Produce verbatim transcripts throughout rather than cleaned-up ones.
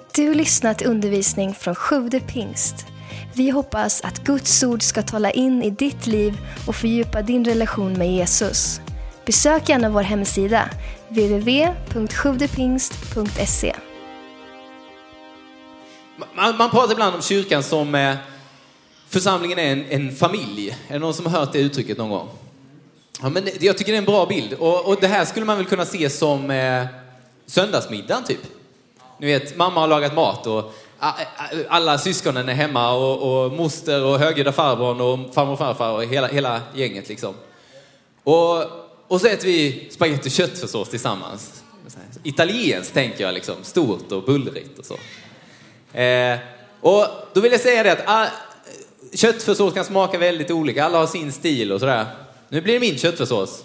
Du har lyssnat till undervisning från Sjude Pingst. Vi hoppas att Guds ord ska tala in i ditt liv och fördjupa din relation med Jesus. Besök gärna vår hemsida w w w punkt sjuvdepingst punkt se. Man, man pratar ibland om kyrkan som eh, församlingen är en, en familj. Är det någon som har hört det uttrycket någon gång? Ja, men det, jag tycker det är en bra bild. Och, och det här skulle man väl kunna se som eh, söndagsmiddagen typ. Ni vet, mamma har lagat mat och alla syskonen är hemma och, och moster och högljudda farbrorn och farmor och farfar och hela, hela gänget liksom. Och, och så äter vi spagetti och köttfärssås tillsammans. Italienskt tänker jag liksom, stort och bullrigt och så. Eh, och då vill jag säga det att ah, köttfärssås kan smaka väldigt olika. Alla har sin stil och sådär. Nu blir det min köttfärssås.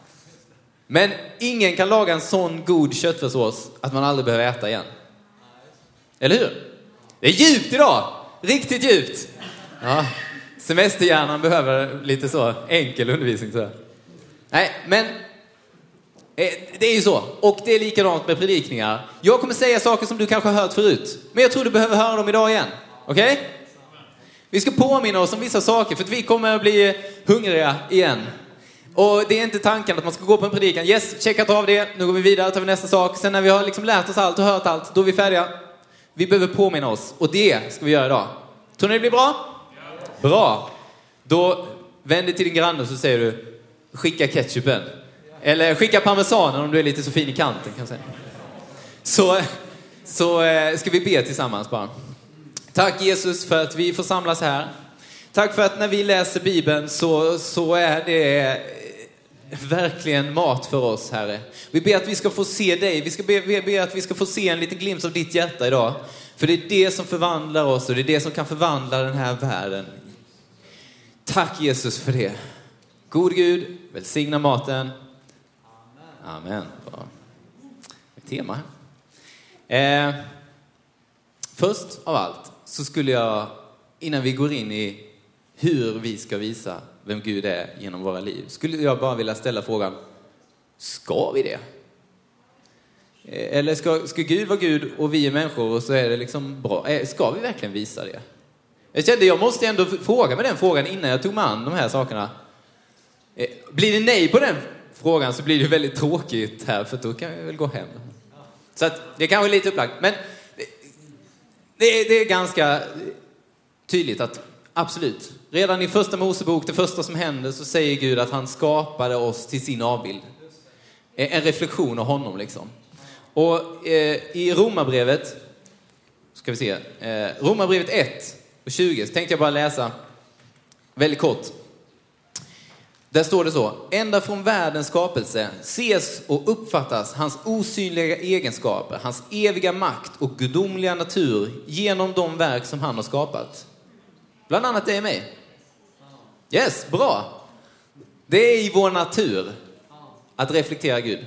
Men ingen kan laga en sån god köttfärssås att man aldrig behöver äta igen. Eller hur? Det är djupt idag. Riktigt djupt. Ja, semesterhjärnan behöver lite så enkel undervisning. Så. Nej, men eh, det är ju så. Och det är likadant med predikningar. Jag kommer säga saker som du kanske har hört förut. Men jag tror du behöver höra dem idag igen. Okej? Okay? Vi ska påminna oss om vissa saker för att vi kommer att bli hungriga igen. Och det är inte tanken att man ska gå på en predikan. Yes, checkat av det. Nu går vi vidare, tar vi nästa sak. Sen när vi har liksom lärt oss allt och hört allt, då är vi färdiga. Vi behöver påminna oss. Och det ska vi göra idag. Tror ni det blir bra? Bra. Då vänder till din granne och så säger du, skicka ketchupen. Eller skicka parmesanen om du är lite så fin i kanten kan jag säga. Så, så ska vi be tillsammans bara. Tack Jesus för att vi får samlas här. Tack för att när vi läser Bibeln så, så är det verkligen mat för oss, Herre. Vi ber att vi ska få se dig. Vi ska be, be, be att vi ska få se en liten glimt av ditt hjärta idag. För det är det som förvandlar oss och det är det som kan förvandla den här världen. Tack Jesus för det. God Gud, välsigna maten. Amen. Bra. Tema. Eh, först av allt så skulle jag, innan vi går in i hur vi ska visa vem Gud är genom våra liv, skulle jag bara vilja ställa frågan, ska vi det? Eller ska, ska Gud vara Gud och vi är människor och så är det liksom bra? Ska vi verkligen visa det? Jag kände, jag måste ändå fråga mig den frågan innan jag tog mig an de här sakerna. Blir det nej på den frågan så blir det väldigt tråkigt här, för då kan jag väl gå hem. Så att det är kanske lite upplagt. Men det är, det är ganska tydligt att absolut, redan i första Mosebok, det första som händer, så säger Gud att han skapade oss till sin avbild. En reflektion av honom liksom. Och eh, i Romarbrevet, ska vi se, eh, Romarbrevet ett och tjugo, så tänkte jag bara läsa väldigt kort. Där står det så: ända från världens skapelse ses och uppfattas hans osynliga egenskaper, hans eviga makt och gudomliga natur genom de verk som han har skapat. Bland annat det är mig. Yes, bra. Det är i vår natur att reflektera Gud.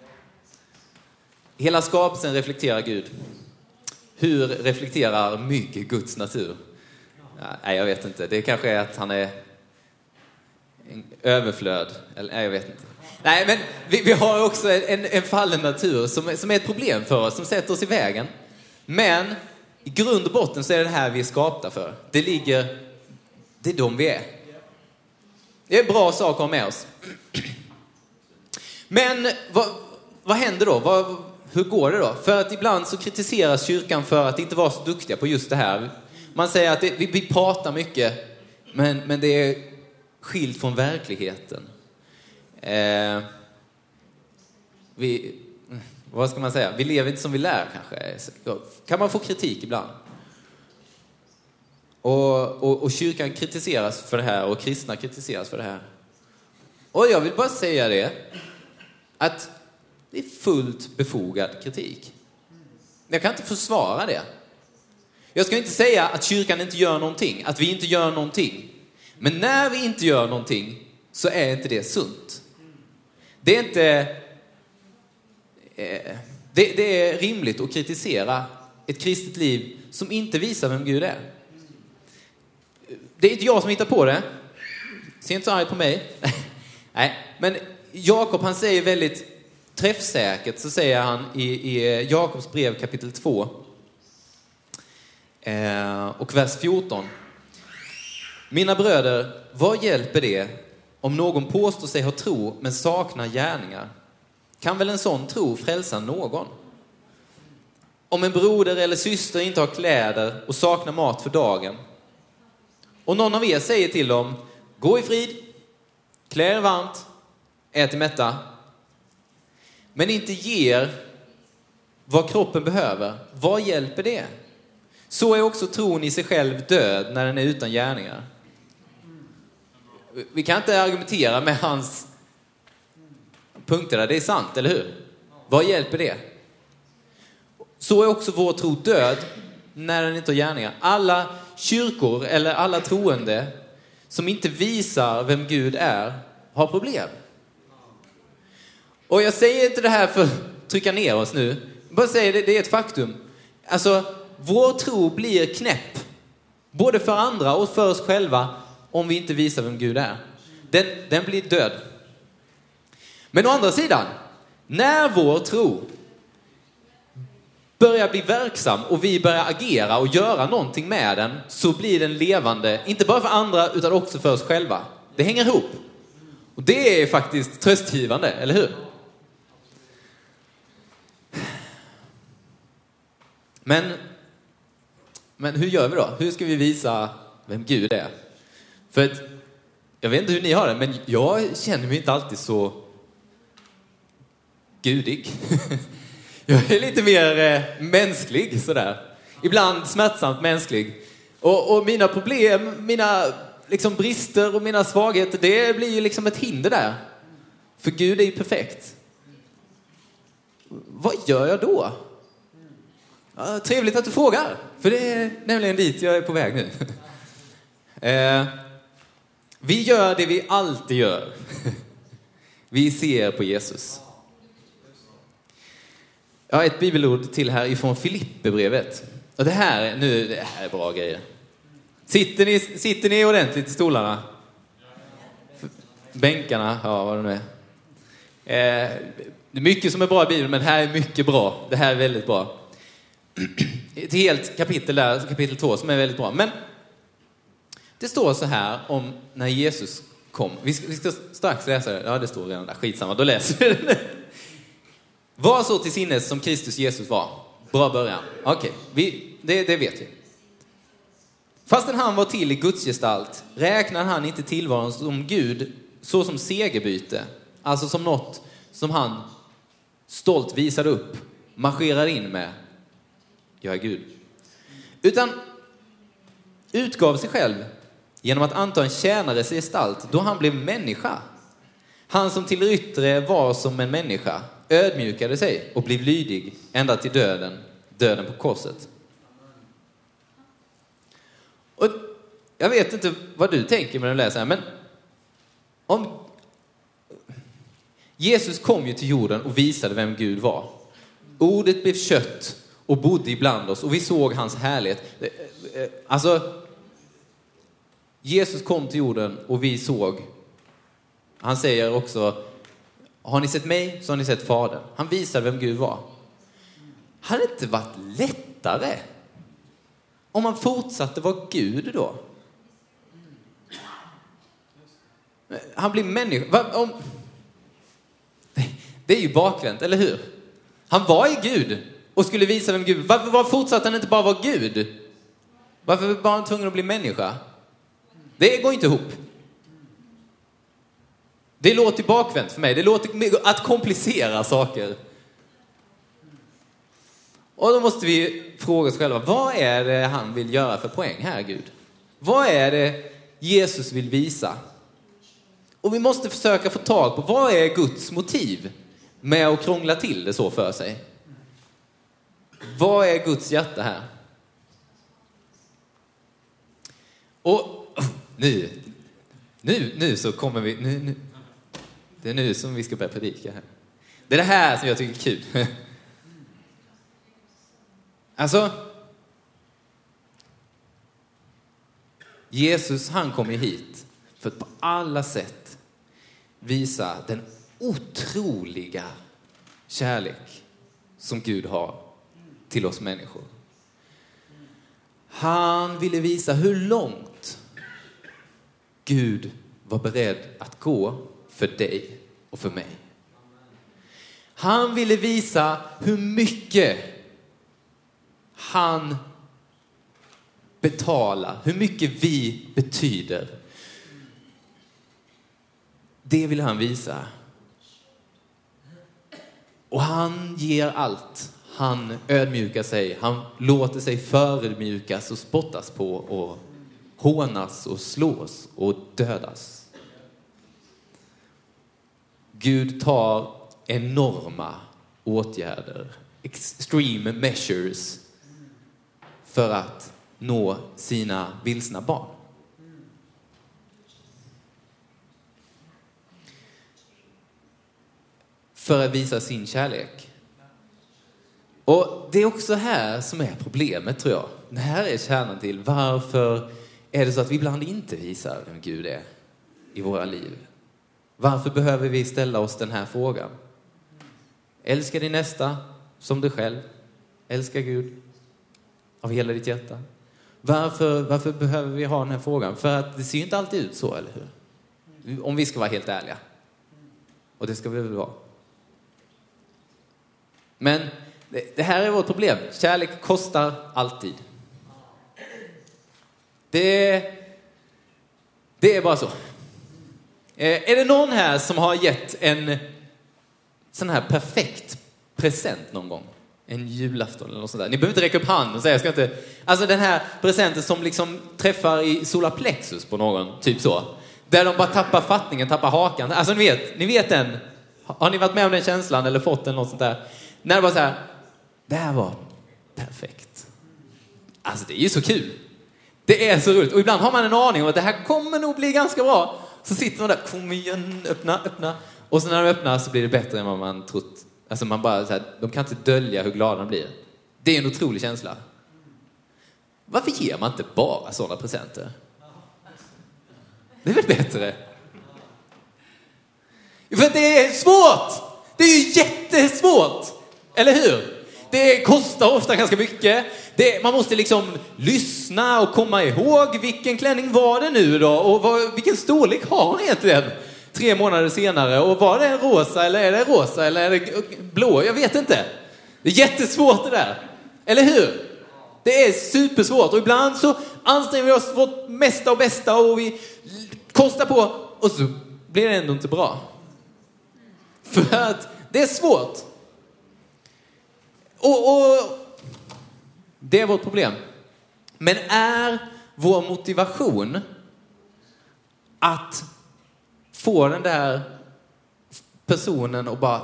Hela skapelsen reflekterar Gud. Hur reflekterar mycket Guds natur? Ja, nej, jag vet inte. Det kanske är att han är en överflöd. Eller, nej, jag vet inte. Nej, men vi, vi har också en, en fallen natur som, som är ett problem för oss, som sätter oss i vägen. Men i grund och botten så är det här vi är skapta för. Det ligger, det är de vi är. Det är en bra sak att ha med oss. Men vad, vad händer då? Vad, hur går det då? För att ibland så kritiseras kyrkan för att inte vara så duktiga på just det här. Man säger att det, vi, vi pratar mycket, men, men det är skilt från verkligheten. Eh, vi... Vad ska man säga? Vi lever inte som vi lär kanske. Kan man få kritik ibland? Och, och, och kyrkan kritiseras för det här och kristna kritiseras för det här. Och jag vill bara säga det, att det är fullt befogad kritik. Jag kan inte försvara det. Jag ska inte säga att kyrkan inte gör någonting, att vi inte gör någonting. Men när vi inte gör någonting så är inte det sunt. Det är inte... Det, det är rimligt att kritisera ett kristet liv som inte visar vem Gud är. Det är inte jag som hittar på det. Se inte så arg på mig. Nej, men Jakob, han säger väldigt träffsäkert, så säger han i, i Jakobs brev kapitel två. Eh, och vers fjorton. Mina bröder, vad hjälper det om någon påstår sig ha tro men saknar gärningar? Kan väl en sån tro frälsa någon? Om en broder eller syster inte har kläder och saknar mat för dagen, och någon av er säger till dem, gå i frid, klä er varmt, ät i mätta, men inte ger vad kroppen behöver, vad hjälper det? Så är också tron i sig själv död när den är utan gärningar. Vi kan inte argumentera med hans punkter där, det är sant, eller hur? Vad hjälper det? Så är också vår tro död när den inte har gärningar. Alla kyrkor eller alla troende som inte visar vem Gud är har problem. Och jag säger inte det här för att trycka ner oss nu. Jag bara säger det, det är ett faktum. Alltså, vår tro blir knäpp. Både för andra och för oss själva om vi inte visar vem Gud är. Den, den blir död. Men å andra sidan, när vår tro börjar bli verksam och vi börjar agera och göra någonting med den, så blir den levande, inte bara för andra utan också för oss själva. Det hänger ihop. Och det är faktiskt tröstgivande, eller hur? Men, men hur gör vi då? Hur ska vi visa vem Gud är? För att, jag vet inte hur ni har det, men jag känner mig inte alltid så gudig. Jag är lite mer eh, mänsklig sådär. Ibland smärtsamt mänsklig. Och, och mina problem, mina liksom brister och mina svagheter, det blir ju liksom ett hinder där. För Gud är ju perfekt. Vad gör jag då? Ja, trevligt att du frågar. För det är nämligen dit jag är på väg nu. eh, vi gör det vi alltid gör. Vi ser på Jesus. Jag har ett bibelord till här ifrån Filipperbrevet. Och det här, nu, det här är bra grejer. Sitter ni, sitter ni ordentligt i stolarna? Bänkarna, ja vad det nu är. Eh, det är mycket som är bra i Bibeln, men här är mycket bra. Det här är väldigt bra. Ett helt kapitel där, kapitel två, som är väldigt bra. Men det står så här om när Jesus kom. Vi ska, vi ska strax läsa det. Ja, det står redan där. Skitsamma, då läser vi det. Var så till sinnes som Kristus Jesus var. Bra början. Okej, okay. det, det vet vi. Fastän han var till i Guds gestalt räknar han inte tillvaron som Gud så som segerbyte. Alltså som något som han stolt visade upp, marscherar in med. Jag är Gud. Utan utgav sig själv genom att anta en tjänares gestalt då han blev människa. Han som till yttre var som en människa ödmjukade sig och blev lydig ända till döden, döden på korset. Och jag vet inte vad du tänker när du läser här, men om Jesus kom ju till jorden och visade vem Gud var. Ordet blev kött och bodde ibland oss och vi såg hans härlighet. Alltså, Jesus kom till jorden och vi såg. Han säger också, har ni sett mig så har ni sett Fadern. Han visade vem Gud var. Hade det inte varit lättare om man fortsatte vara Gud då? Han blir människa. Om... Det är ju bakvänt, eller hur? Han var ju Gud och skulle visa vem Gud. Varför var fortsatte han inte bara vara Gud? Varför var han tvungen att bli människa? Det går inte ihop. Det låter bakvänt för mig. Det låter att komplicera saker. Och då måste vi fråga oss själva, vad är det han vill göra för poäng här, Gud? Vad är det Jesus vill visa? Och vi måste försöka få tag på, vad är Guds motiv med att krångla till det så för sig? Vad är Guds hjärta här? Och nu, nu, nu så kommer vi, nu, nu. Det är nu som vi ska börja predika här. Det är det här som jag tycker är kul. Alltså, Jesus, han kom ju hit för att på alla sätt visa den otroliga kärlek som Gud har till oss människor. Han ville visa hur långt Gud var beredd att gå för dig och för mig. Han ville visa hur mycket han betalar, hur mycket vi betyder. Det vill han visa. Och han ger allt. Han ödmjukar sig. Han låter sig förödmjukas och spottas på och hånas och slås och dödas. Gud tar enorma åtgärder, extreme measures, för att nå sina vilsna barn. För att visa sin kärlek. Och det är också här som är problemet, tror jag. Det här är kärnan till varför är det så att vi ibland inte visar vem Gud är i våra liv. Varför behöver vi ställa oss den här frågan? Älska din nästa som dig själv. Älska Gud av hela ditt hjärta. Varför, varför behöver vi ha den här frågan? För att det ser ju inte alltid ut så, eller hur? Om vi ska vara helt ärliga. Och det ska vi väl vara. Men det, det här är vårt problem. Kärlek kostar alltid. Det, det är bara så. Är det någon här som har gett en sån här perfekt present någon gång? En julafton eller något sånt där. Ni behöver inte räcka upp handen och säga, jag ska inte... Alltså den här presenten som liksom träffar i solar plexus på någon, typ så. Där de bara tappar fattningen, tappar hakan. Alltså ni vet, ni vet den. Har ni varit med om den känslan eller fått den, något sånt där? När det var så här, det här var perfekt. Alltså det är ju så kul. Det är så roligt. Och ibland har man en aning om att det här kommer nog bli ganska bra. Så sitter man där, kom igen, öppna, öppna. Och så när de öppnar så blir det bättre än vad man trott. Alltså man bara så här, de kan inte dölja hur glada de blir. Det är en otrolig känsla. Varför ger man inte bara sådana presenter? Det är väl bättre? För att det är svårt! Det är ju jättesvårt! Eller hur? Det kostar ofta ganska mycket. Det, man måste liksom lyssna och komma ihåg vilken klänning var det nu då? Och vad, vilken storlek har hon egentligen? Tre månader senare. Och var det en rosa eller är det rosa eller är det blå? Jag vet inte. Det är jättesvårt det där. Eller hur? Det är supersvårt. Och ibland så anstränger vi oss för vårt mesta och bästa och vi kostar på. Och så blir det ändå inte bra. För att det är svårt. Och, och det är vårt problem. Men är vår motivation att få den där personen och bara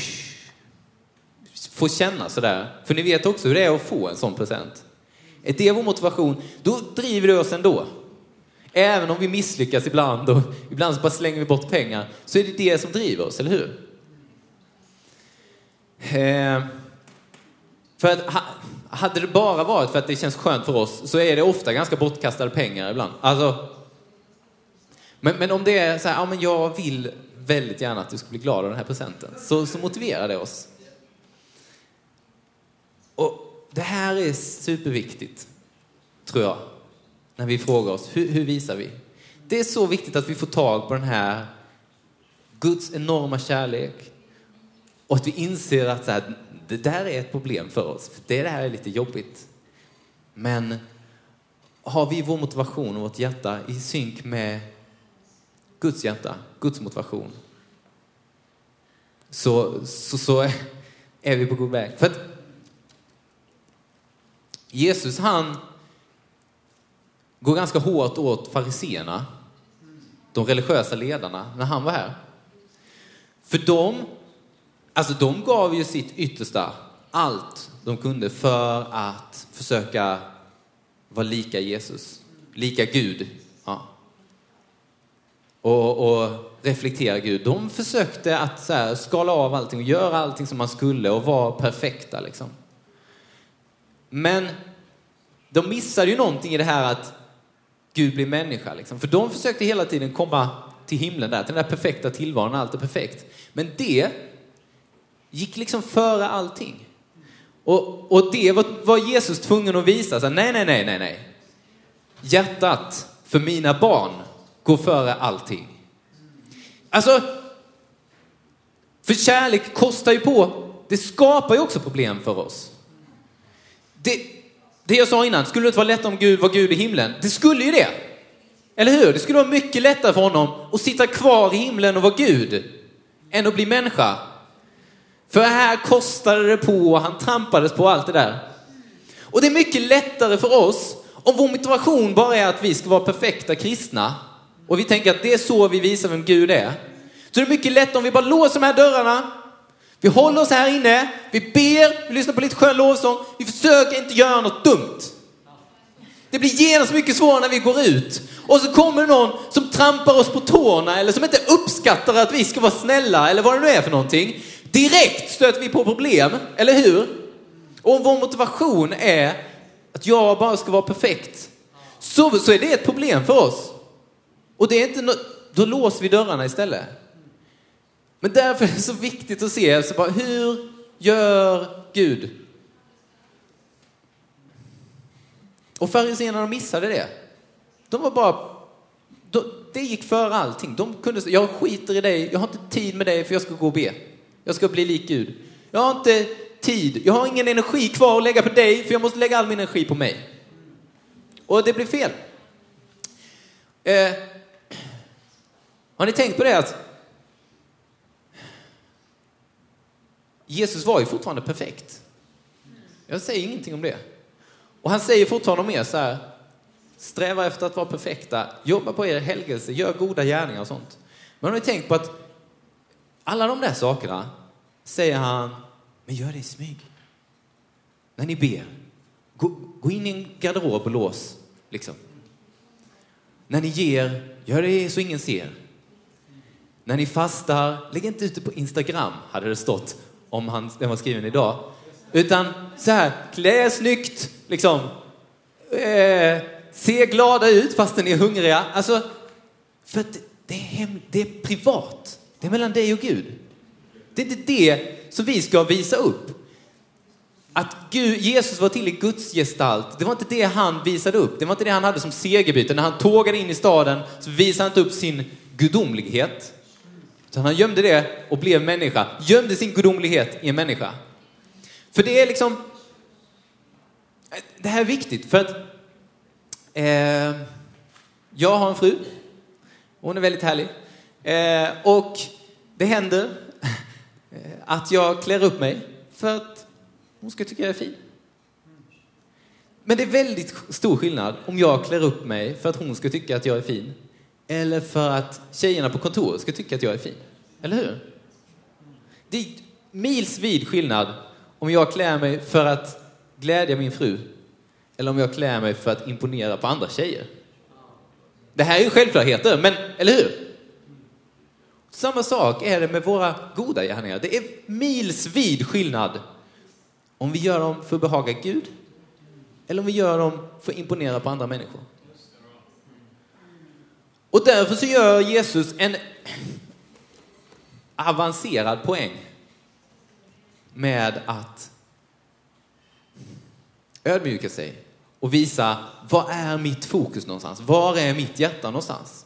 få känna sådär. För ni vet också hur det är att få en sån present. Är det vår motivation, då driver det oss ändå. Även om vi misslyckas ibland och ibland så bara slänger vi bort pengar, så är det det som driver oss, eller hur? Eh, för att ha, hade det bara varit för att det känns skönt för oss, så är det ofta ganska bortkastade pengar ibland. Alltså, men, men om det är så här, ja men jag vill väldigt gärna att du ska bli glad av den här presenten, så, så motiverar det oss. Och det här är superviktigt, tror jag, när vi frågar oss, hur, hur visar vi? Det är så viktigt att vi får tag på den här Guds enorma kärlek. Och att vi inser att så här, det där är ett problem för oss. För det här är lite jobbigt. Men har vi vår motivation och vårt hjärta i synk med Guds hjärta, Guds motivation, så, så, så är vi på god väg. För att Jesus, han går ganska hårt åt fariseerna, de religiösa ledarna, när han var här. För de, alltså de gav ju sitt yttersta, allt de kunde för att försöka vara lika Jesus, lika Gud, ja. och, och reflektera Gud. De försökte att så här, skala av allting och göra allting som man skulle och vara perfekta liksom. Men de missade ju någonting i det här att Gud blir människa liksom. För de försökte hela tiden komma till himlen där, till den där perfekta tillvaron, allt är perfekt. Men det gick liksom före allting. Och, och det var, var Jesus tvungen att visa. Så, nej, nej, nej, nej, nej. Hjärtat för mina barn går före allting. Alltså, för kärlek kostar ju på. Det skapar ju också problem för oss. Det, det jag sa innan, skulle det inte vara lätt om Gud var Gud i himlen? Det skulle ju det. Eller hur? Det skulle vara mycket lättare för honom att sitta kvar i himlen och vara Gud än att bli människa. För här kostade det på, han trampades på allt det där. Och det är mycket lättare för oss om vår motivation bara är att vi ska vara perfekta kristna. Och vi tänker att det är så vi visar vem Gud är. Så det är mycket lätt om vi bara låser de här dörrarna. Vi håller oss här inne, vi ber, vi lyssnar på lite skön lovsång. Vi försöker inte göra något dumt. Det blir genast mycket svårare när vi går ut. Och så kommer det någon som trampar oss på tårna eller som inte uppskattar att vi ska vara snälla eller vad det nu är för någonting. Direkt stöter vi på problem, eller hur? Och om vår motivation är att jag bara ska vara perfekt, så, så är det ett problem för oss. Och det är inte no- då låser vi dörrarna istället. Men därför är det så viktigt att se så bara, hur gör Gud? Och fariséerna, de missade det. De var bara, de, det gick för allting. De kunde säga, jag skiter i dig, jag har inte tid med dig för jag ska gå och be. Jag ska bli lik Gud. Jag har inte tid, jag har ingen energi kvar att lägga på dig för jag måste lägga all min energi på mig. Och det blir fel. Eh, har ni tänkt på det att Jesus var ju fortfarande perfekt. Jag säger ingenting om det. Och han säger fortfarande mer så här: sträva efter att vara perfekta, jobba på er helgelse, gör goda gärningar och sånt. Men har ni tänkt på att alla de där sakerna säger han, men gör det i smyg. När ni ber, gå, gå in i en garderob och lås liksom. När ni ger, gör det så ingen ser. När ni fastar, lägg inte ut det på Instagram, hade det stått om han, den var skriven idag. Utan så här, klä snyggt, liksom. Eh, se glada ut fast ni är hungriga. Alltså, för att det är, hem, det är privat. Det är mellan dig och Gud. Det är inte det som vi ska visa upp. Att Gud, Jesus var till i Guds gestalt. Det var inte det han visade upp. Det var inte det han hade som segerbyte. När han tågade in i staden så visade han inte upp sin gudomlighet. Utan han gömde det och blev människa. Gömde sin gudomlighet i en människa. För det är liksom, det här är viktigt för att eh, jag har en fru. Hon är väldigt härlig. Eh, och det händer att jag klär upp mig för att hon ska tycka jag är fin. Men det är väldigt stor skillnad om jag klär upp mig för att hon ska tycka att jag är fin. Eller för att tjejerna på kontoret ska tycka att jag är fin. Eller hur? Det är milsvid skillnad om jag klär mig för att glädja min fru. Eller om jag klär mig för att imponera på andra tjejer. Det här är ju självklarheter, men eller hur? Samma sak är det med våra goda gärningar. Det är milsvid skillnad om vi gör dem för att behaga Gud eller om vi gör dem för att imponera på andra människor. Och därför så gör Jesus en avancerad poäng med att ödmjuka sig och visa, vad är mitt fokus någonstans? Var är mitt hjärta någonstans?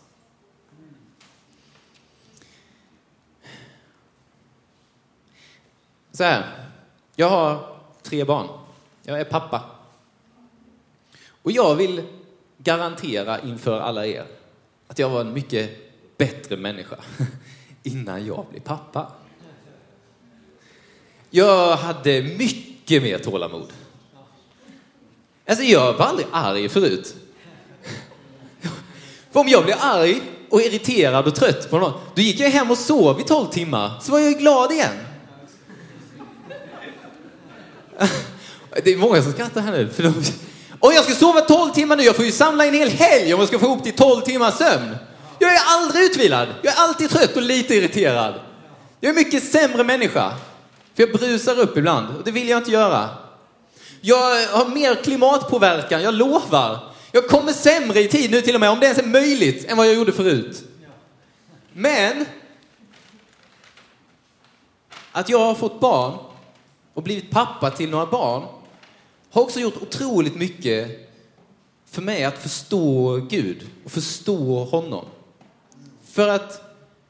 Så här, jag har tre barn. Jag är pappa. Och jag vill garantera inför alla er att jag var en mycket bättre människa innan jag blev pappa. Jag hade mycket mer tålamod. Alltså jag var aldrig arg förut. För om jag blev arg och irriterad och trött på någon, då gick jag hem och sov i tolv timmar. Så var jag glad igen. Det är många som skrattar här nu. För de... Och jag ska sova tolv timmar nu. Jag får ju samla en hel helg om jag ska få ihop till tolv timmars sömn. Jag är aldrig utvilad. Jag är alltid trött och lite irriterad. Jag är mycket sämre människa. För jag brusar upp ibland. Och det vill jag inte göra. Jag har mer klimatpåverkan. Jag lovar. Jag kommer sämre i tid nu till och med. Om det ens är möjligt än vad jag gjorde förut. Men att jag har fått barn och blivit pappa till några barn har också gjort otroligt mycket för mig att förstå Gud och förstå honom. För att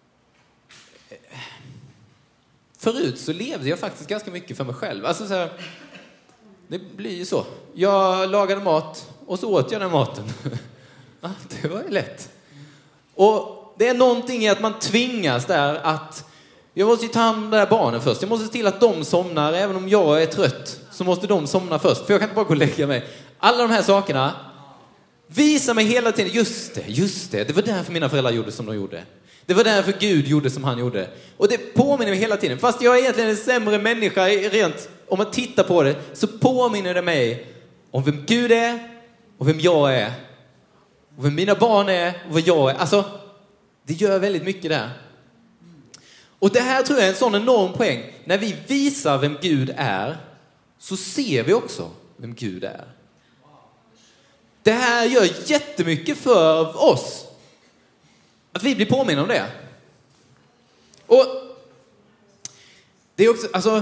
förut så levde jag faktiskt ganska mycket för mig själv. Alltså så här, det blir ju så. Jag lagade mat och så åt jag den maten. Ja, det var ju lätt. Och det är någonting i att man tvingas där att jag måste ta hand om de där barnen först. Jag måste se till att de somnar. Även om jag är trött så måste de somna först. För jag kan inte bara gå och lägga mig. Alla de här sakerna visar mig hela tiden. Just det, just det. Det var därför mina föräldrar gjorde som de gjorde. Det var därför Gud gjorde som han gjorde. Och det påminner mig hela tiden. Fast jag är egentligen en sämre människa rent. Om man tittar på det så påminner det mig om vem Gud är och vem jag är. Och vem mina barn är och vad jag är. Alltså, det gör väldigt mycket där. Och det här tror jag är en sån enorm poäng. När vi visar vem Gud är så ser vi också vem Gud är. Det här gör jättemycket för oss. Att vi blir påminna om det. Och det är också, alltså,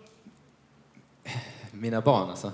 mina barn alltså.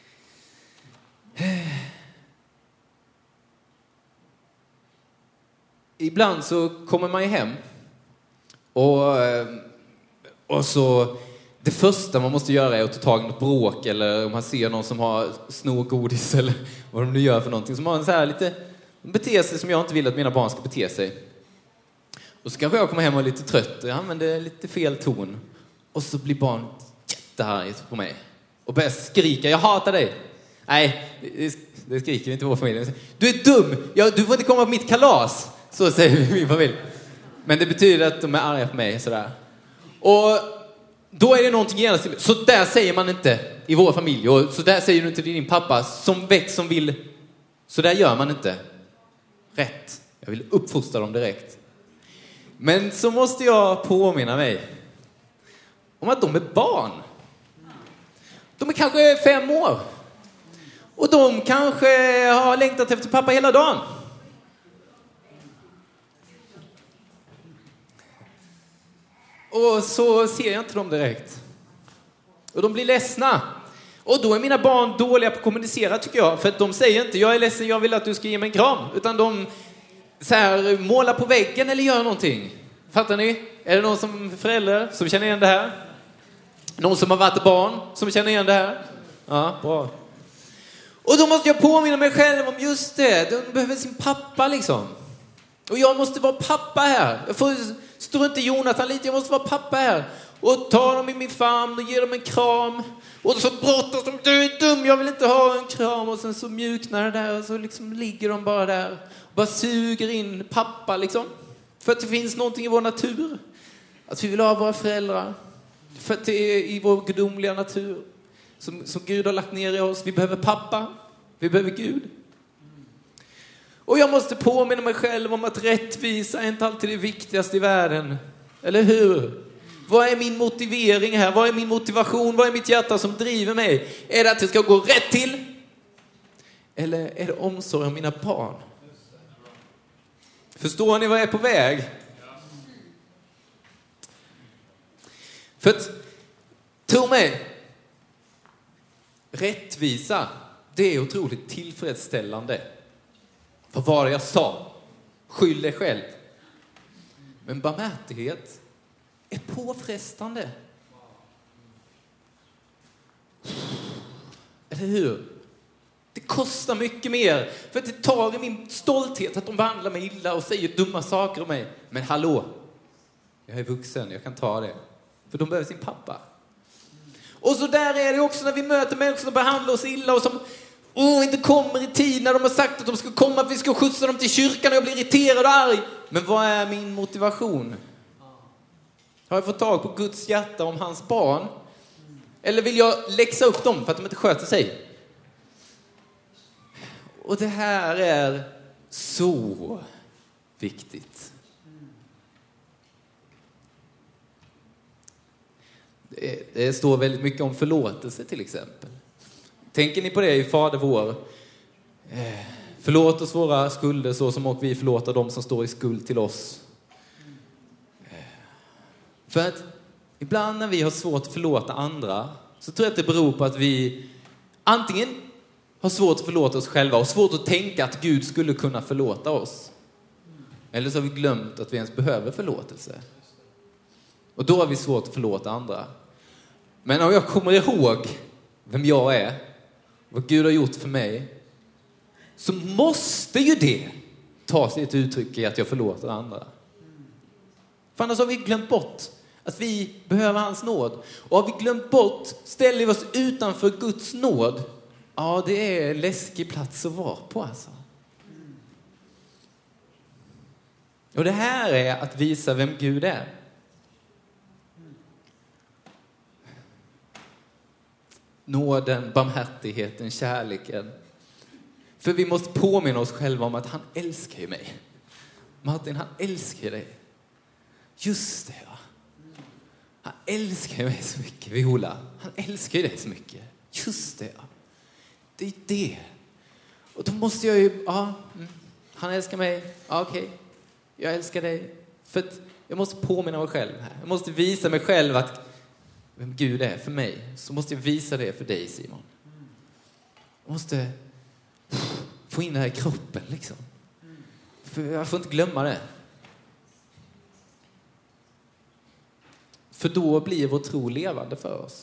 Ibland så kommer man ju hem och, och så det första man måste göra är att ta tag i något bråk eller om man ser någon som har snor godis eller vad de nu gör för någonting som har en så här lite beter sig som jag inte vill att mina barn ska bete sig. Och så kanske jag kommer hem och är lite trött och jag använder lite fel ton och så blir barn jätteargt på mig och börjar skrika, jag hatar dig. Nej, det, det skriker vi inte på vår familj. Du är dum, ja, du får inte komma på mitt kalas. Så säger vi min familj. Men det betyder att de är arga på mig sådär. Och då är det någonting genast. Så där säger man inte i vår familj. Och så där säger du inte till din pappa som växt som vill. Så där gör man inte. Rätt. Jag vill uppfostra dem direkt. Men så måste jag påminna mig om att de är barn. De är kanske fem år. Och de kanske har längtat efter pappa hela dagen. Och så ser jag inte dem direkt. Och de blir ledsna. Och då är mina barn dåliga på att kommunicera tycker jag. För att de säger inte, jag är ledsen, jag vill att du ska ge mig en kram. Utan de så här, målar på väggen eller gör någonting. Fattar ni? Är det någon som förälder som känner igen det här? Någon som har varit barn som känner igen det här? Ja, bra. Och då måste jag påminna mig själv om just det. De behöver sin pappa liksom. Och jag måste vara pappa här. Jag får stå inte Jonathan lite. Jag måste vara pappa här. Och ta dem i min famn och ge dem en kram. Och så brottas de. Du är dum, jag vill inte ha en kram. Och sen så mjuknar det där. Och så liksom ligger de bara där. Och bara suger in pappa liksom. För att det finns någonting i vår natur. Att vi vill ha våra föräldrar. För att det är i vår gudomliga natur. Som, som Gud har lagt ner i oss. Vi behöver pappa. Vi behöver Gud. Och jag måste påminna mig själv om att rättvisa är inte alltid det viktigaste i världen. Eller hur? Vad är min motivering här? Vad är min motivation? Vad är mitt hjärta som driver mig? Är det att det ska gå rätt till? Eller är det omsorg om mina barn? Förstår ni vad jag är på väg? För att, tro mig, rättvisa, det är otroligt tillfredsställande. Vad var det jag sa? Skyll dig själv. Men barmhärtighet är påfrestande. Eller hur? Det kostar mycket mer. För att det tar i min stolthet att de behandlar mig illa och säger dumma saker om mig. Men hallå, jag är vuxen, jag kan ta det. För de behöver sin pappa. Och så där är det också när vi möter människor som behandlar oss illa och som oh, inte kommer i tid när de har sagt att de ska komma, att vi ska skjutsa dem till kyrkan och jag blir irriterad och arg. Men vad är min motivation? Har jag fått tag på Guds hjärta om hans barn? Eller vill jag läxa upp dem för att de inte sköter sig? Och det här är så viktigt. Det, det står väldigt mycket om förlåtelse till exempel. Tänker ni på det i Fader vår? Eh, förlåt oss våra skulder så som och vi förlåter dem som står i skuld till oss. Eh, för att ibland när vi har svårt att förlåta andra så tror jag att det beror på att vi antingen har svårt att förlåta oss själva och svårt att tänka att Gud skulle kunna förlåta oss. Eller så har vi glömt att vi ens behöver förlåtelse. Och då har vi svårt att förlåta andra. Men om jag kommer ihåg vem jag är, vad Gud har gjort för mig, så måste ju det ta sig ett uttryck i att jag förlåter andra. För annars har vi glömt bort att vi behöver hans nåd. Och har vi glömt bort, ställer vi oss utanför Guds nåd, ja, det är en läskig plats att vara på alltså. Och det här är att visa vem Gud är. Nåden, barmhärtigheten, kärleken. För vi måste påminna oss själva om att han älskar ju mig. Martin, han älskar dig. Just det, ja. Han älskar mig så mycket, Viola. Han älskar dig så mycket. Just det, ja. Det är det. Och då måste jag ju, ja, mm, han älskar mig. Ja, okej. Okay. Jag älskar dig. För att jag måste påminna mig själv här. Jag måste visa mig själv att vem Gud är för mig. Så måste jag visa det för dig, Simon. Jag måste få in det här i kroppen liksom. För jag får inte glömma det. För då blir vår tro levande för oss.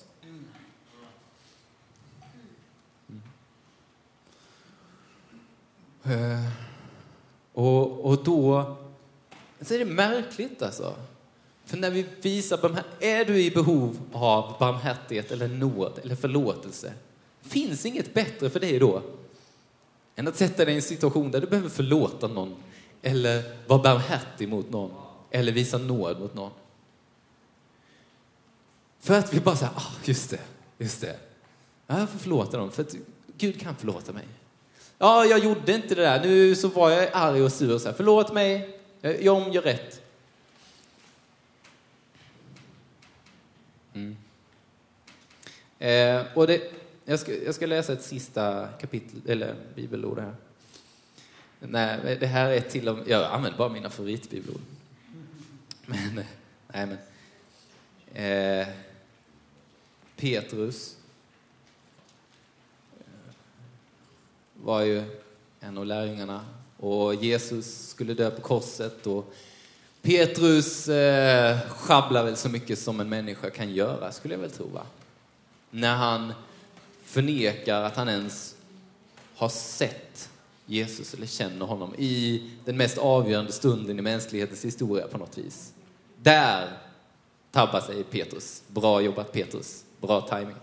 Mm. Och, och då så är det märkligt alltså. För när vi visar barmhärtighet, är du i behov av barmhärtighet eller nåd eller förlåtelse, finns inget bättre för dig då än att sätta dig i en situation där du behöver förlåta någon eller vara barmhärtig mot någon eller visa nåd mot någon. För att vi bara säger, ah, just det, just det. Jag får förlåta dem för att Gud kan förlåta mig. Ja, jag gjorde inte det där. Nu så var jag arg och sur och så här, förlåt mig, jag, jag gör rätt. Mm. Eh, och det, jag, ska, jag ska läsa ett sista kapitel, eller bibelord här. Nej, det här är till och med, jag använder bara mina favoritbibelord. Men, nej men. Eh, Petrus var ju en av lärjungarna och Jesus skulle dö på korset och Petrus eh, schabblar väl så mycket som en människa kan göra, skulle jag väl tro, va? När han förnekar att han ens har sett Jesus eller känner honom i den mest avgörande stunden i mänsklighetens historia på något vis. Där tabbar sig Petrus. Bra jobbat, Petrus. Bra timing.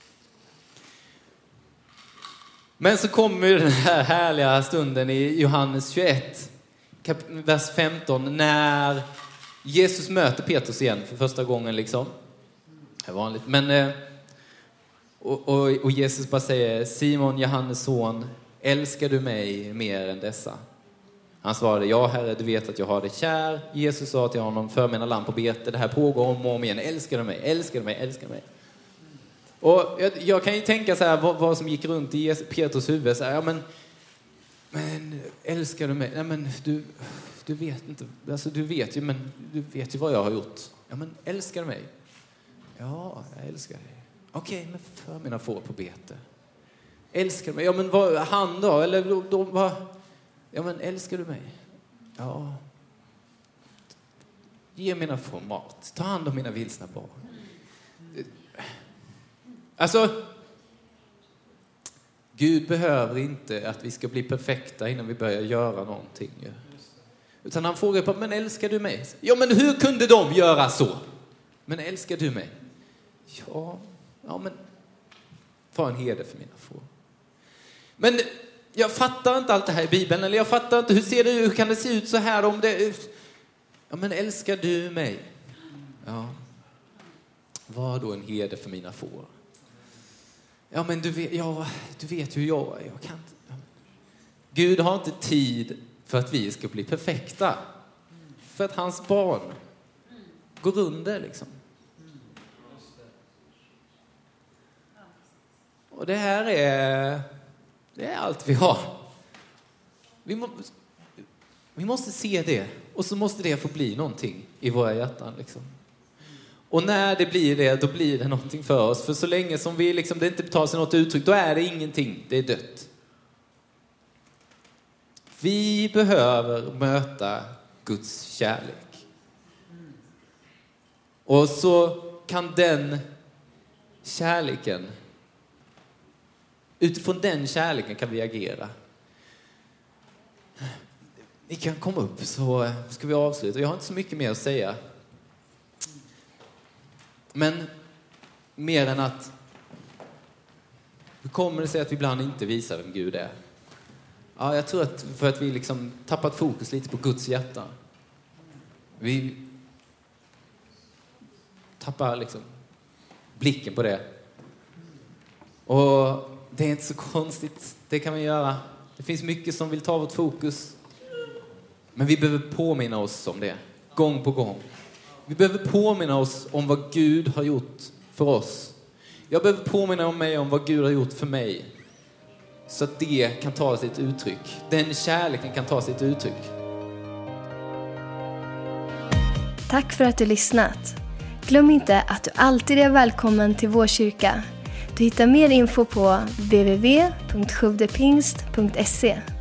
Men så kommer den här härliga stunden i Johannes tjugoett, vers femton, när Jesus möter Petrus igen för första gången liksom. Det är vanligt. Men, och, och, och Jesus bara säger, Simon, Johannes son, älskar du mig mer än dessa? Han svarade, ja herre, du vet att jag har dig kär. Jesus sa till honom, för mina lamm på bete, det här pågår om och om igen. Älskar du mig, älskar du mig, älskar du mig. Och jag, jag kan ju tänka så här, vad, vad som gick runt i Petrus huvud. Så här, ja men, men älskar du mig? Nej men du, du vet inte, alltså du vet ju, men du vet ju vad jag har gjort. Ja men älskar du mig? Ja, jag älskar dig. Okej, okay, men för mina får på bete. Älskar du mig? Ja men vad, han då? Eller då, då vad? Ja men älskar du mig? Ja. Ge mina får mat. Ta hand om mina vilsna barn. Alltså, Gud behöver inte att vi ska bli perfekta innan vi börjar göra någonting. Utan han frågar på, men älskar du mig? Ja, men hur kunde de göra så? Men älskar du mig? Ja, ja men var en heder för mina får. Men jag fattar inte allt det här i Bibeln. Eller jag fattar inte, hur ser det ut? Hur kan det se ut så här om det... Ja, men älskar du mig? Ja. Var då en heder för mina får? Ja, men du vet, ja, du vet hur jag är. Jag kan inte. Ja, Gud har inte tid för att vi ska bli perfekta. För att hans barn går under liksom. Och det här är, det är allt vi har. Vi, må, vi måste se det. Och så måste det få bli någonting i våra hjärtan liksom. Och när det blir det, då blir det någonting för oss. För så länge som vi liksom, det inte tar sig något uttryck, då är det ingenting. Det är dött. Vi behöver möta Guds kärlek. Och så kan den kärleken, utifrån den kärleken kan vi agera. Ni kan komma upp så ska vi avsluta. Jag har inte så mycket mer att säga. Men mer än att hur kommer det sig att vi ibland inte visar vem Gud är? Ja, jag tror att för att vi liksom tappat fokus lite på Guds hjärta. Vi tappar liksom blicken på det. Och det är inte så konstigt. Det kan vi göra. Det finns mycket som vill ta vårt fokus. Men vi behöver påminna oss om det. Gång på gång. Vi behöver påminna oss om vad Gud har gjort för oss. Jag behöver påminna om mig om vad Gud har gjort för mig. Så att det kan ta sitt uttryck. Den kärleken kan ta sitt uttryck. Tack för att du lyssnat. Glöm inte att du alltid är välkommen till vår kyrka. Du hittar mer info på w w w punkt skövdepingst punkt se.